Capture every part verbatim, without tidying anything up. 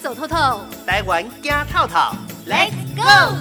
走透透， 台湾走透透 ，Let's go！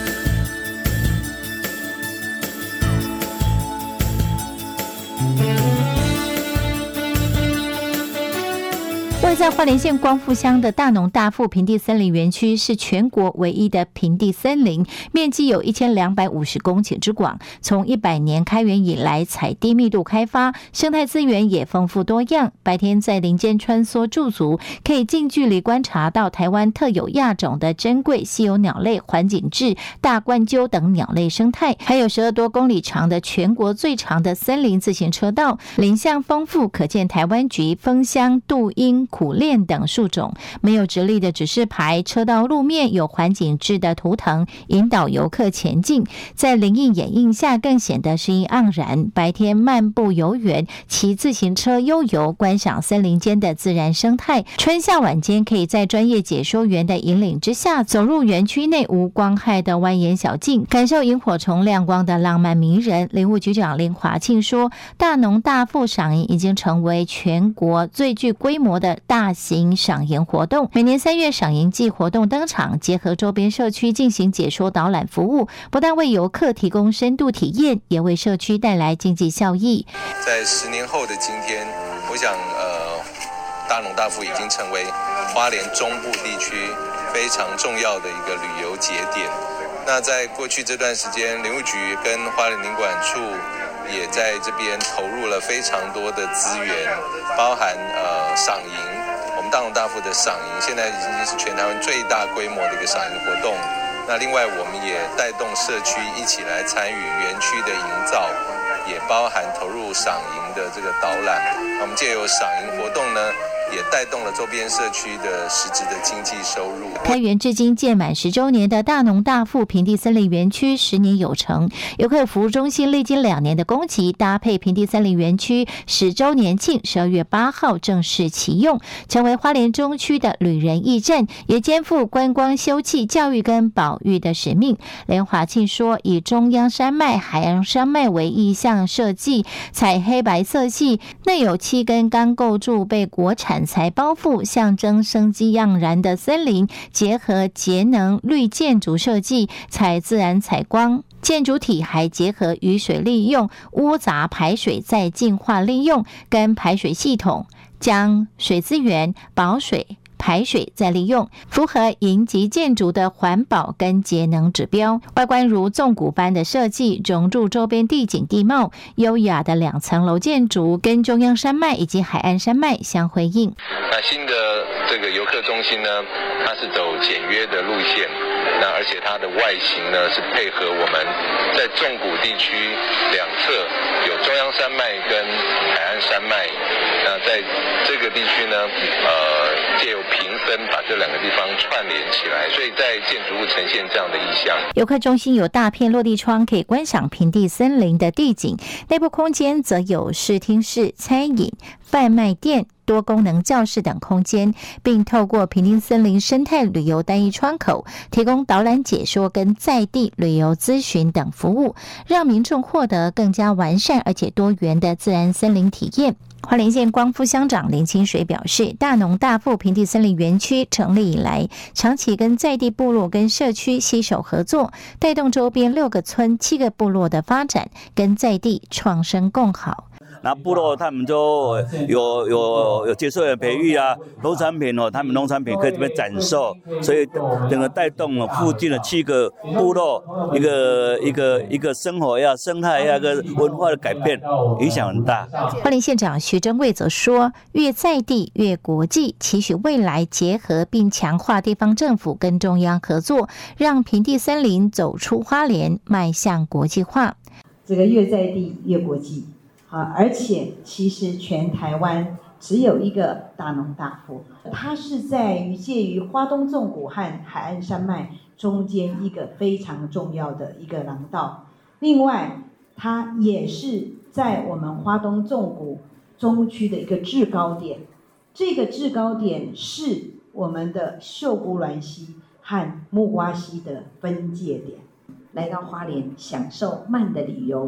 位在花莲县光复乡的大农大富平地森林园区是全国唯一的平地森林，面积有一千两百五十公顷之广。从一百年开园以来，采低密度开发，生态资源也丰富多样。白天在林间穿梭驻足，可以近距离观察到台湾特有亚种的珍贵稀有鸟类环颈雉、大冠鸠等鸟类生态，还有十二多公里长的全国最长的森林自行车道，林相丰富，可见台湾菊、枫香、杜英、苦楝等树种。没有直立的指示牌，车道路面有环景致的图腾引导游客前进，在林荫掩映下更显得诗意盎然。白天漫步游园，骑自行车悠游，观赏森林间的自然生态。春夏晚间可以在专业解说员的引领之下，走入园区内无光害的蜿蜒小径，感受萤火虫亮光的浪漫迷人。林务局长林华庆说，大农大富赏萤已经成为全国最具规模的大型赏萤活动，每年三月赏萤季活动登场，结合周边社区进行解说导览服务，不但为游客提供深度体验，也为社区带来经济效益。 在十年后的今天，我想呃，大农大富已经成为花莲中部地区非常重要的一个旅游节点。那在过去这段时间，林务局跟花莲林管处也在这边投入了非常多的资源，包含呃赏萤，我们大农大富的赏萤现在已经是全台湾最大规模的一个赏萤活动。那另外我们也带动社区一起来参与园区的营造，也包含投入赏萤的这个导览。我们借由赏萤活动呢，也带动了周边社区的实质的经济收入。 开园至今届满十周年的大农大富平地森林园区十年有成，游客服务中心历经两年的工期，搭配平地森林园区十周年庆，十二月八号正式启用，成为花莲中区的旅人驿站，也肩负观光休憩、教育跟保育的使命。连华庆说，以中央山脉、海岸山脉为意象设计，采黑白色系，内有七根钢构筑被国产材包覆，象征生机盎然的森林，结合节能绿建筑设计，采自然采光，建筑体还结合雨水利用、污杂排水再净化利用跟排水系统，将水资源保水排水再利用，符合营级建筑的环保跟节能指标。外观如纵谷般的设计，融入周边地景地貌，优雅的两层楼建筑跟中央山脉以及海岸山脉相辉映。 那新的这个游客中心呢，它是走简约的路线，那而且它的外形呢是配合我们在纵谷地区两侧有中央山脉跟海岸山脉，那在这个地区呢，呃，借由平分把这两个地方串联起来，所以在建筑物呈现这样的意象。 游客中心有大片落地窗，可以观赏平地森林的地景，内部空间则有视听室、餐饮、贩卖店、多功能教室等空间，并透过平地森林生态旅游单一窗口，提供导览解说跟在地旅游咨询等服务，让民众获得更加完善而且多元的自然森林体验。花莲县光复乡长林清水表示，大农大富平地森林园区成立以来，长期跟在地部落跟社区携手合作，带动周边六个村七个部落的发展，跟在地创生共好。 然后部落他们就有有有接受的培育啊，农产品哦，他们农产品可以这边展售，所以整个带动了附近的七个部落一个一个一个生活呀、生态呀、个文化的改变，影响很大。 花莲县长徐祯卫则说，越在地越国际，期许未来结合并强化地方政府跟中央合作，让平地森林走出花莲，迈向国际化。 这个越在地越国际。啊，而且其实全台湾只有一个大农大富，它是在于介于花东纵谷和海岸山脉中间一个非常重要的一个廊道。另外，它也是在我们花东纵谷中区的一个制高点，这个制高点是我们的秀姑峦溪和木瓜溪的分界点。来到花莲享受慢的旅游，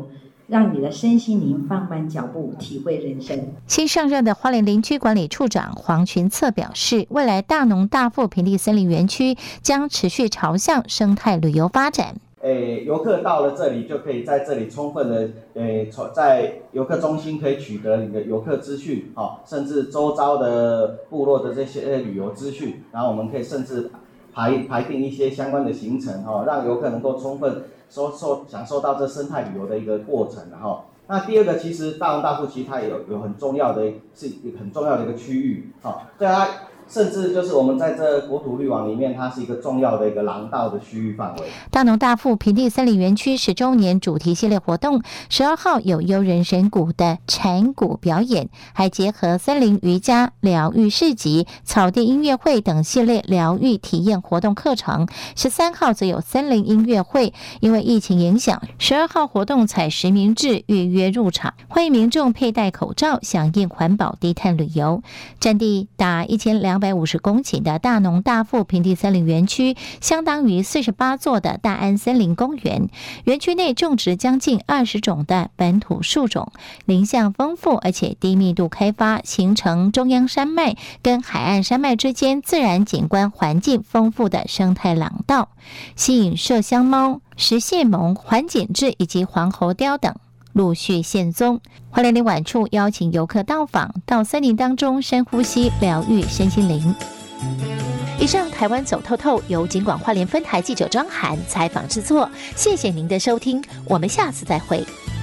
让你的身心灵放慢脚步，体会人生。 新上任的花莲林区管理处长黄群策表示，未来大农大富平地森林园区将持续朝向生态旅游发展。 诶，游客到了这里就可以在这里充分的，诶，在游客中心可以取得你的游客资讯，哦，甚至周遭的部落的这些旅游资讯，然后我们可以甚至排排定一些相关的行程，哦，让游客能够充分收受享受到这生态旅游的一个过程，然后。那第二个，其实大农大富其实它也有有很重要的，是一个很重要的一个区域，好，对它甚至就是我们在这国土绿网里面，它是一个重要的一个廊道的区域范围。 大农大富平地森林园区十周年主题系列活动，十二号有悠人神鼓的禅鼓表演，还结合森林瑜伽、疗愈市集、草地音乐会等系列疗愈体验活动课程。十三号则有森林音乐会，因为疫情影响，十二号活动采实名制预约入场，欢迎民众佩戴口罩，响应环保低碳旅游。占地达一千两百五十公顷的大农大富平地森林园区，相当于四十八座的大安森林公园。园区内种植将近二十种的本土树种，林相丰富，而且低密度开发，形成中央山脉跟海岸山脉之间自然景观环境丰富的生态廊道，吸引麝香猫、石蟹獴、环颈雉以及黄喉貂等陆续现踪。花莲林晚处邀请游客到访，到森林当中深呼吸，疗愈身心灵。以上台湾走透透由警广花莲分台记者张涵采访制作，谢谢您的收听，我们下次再会。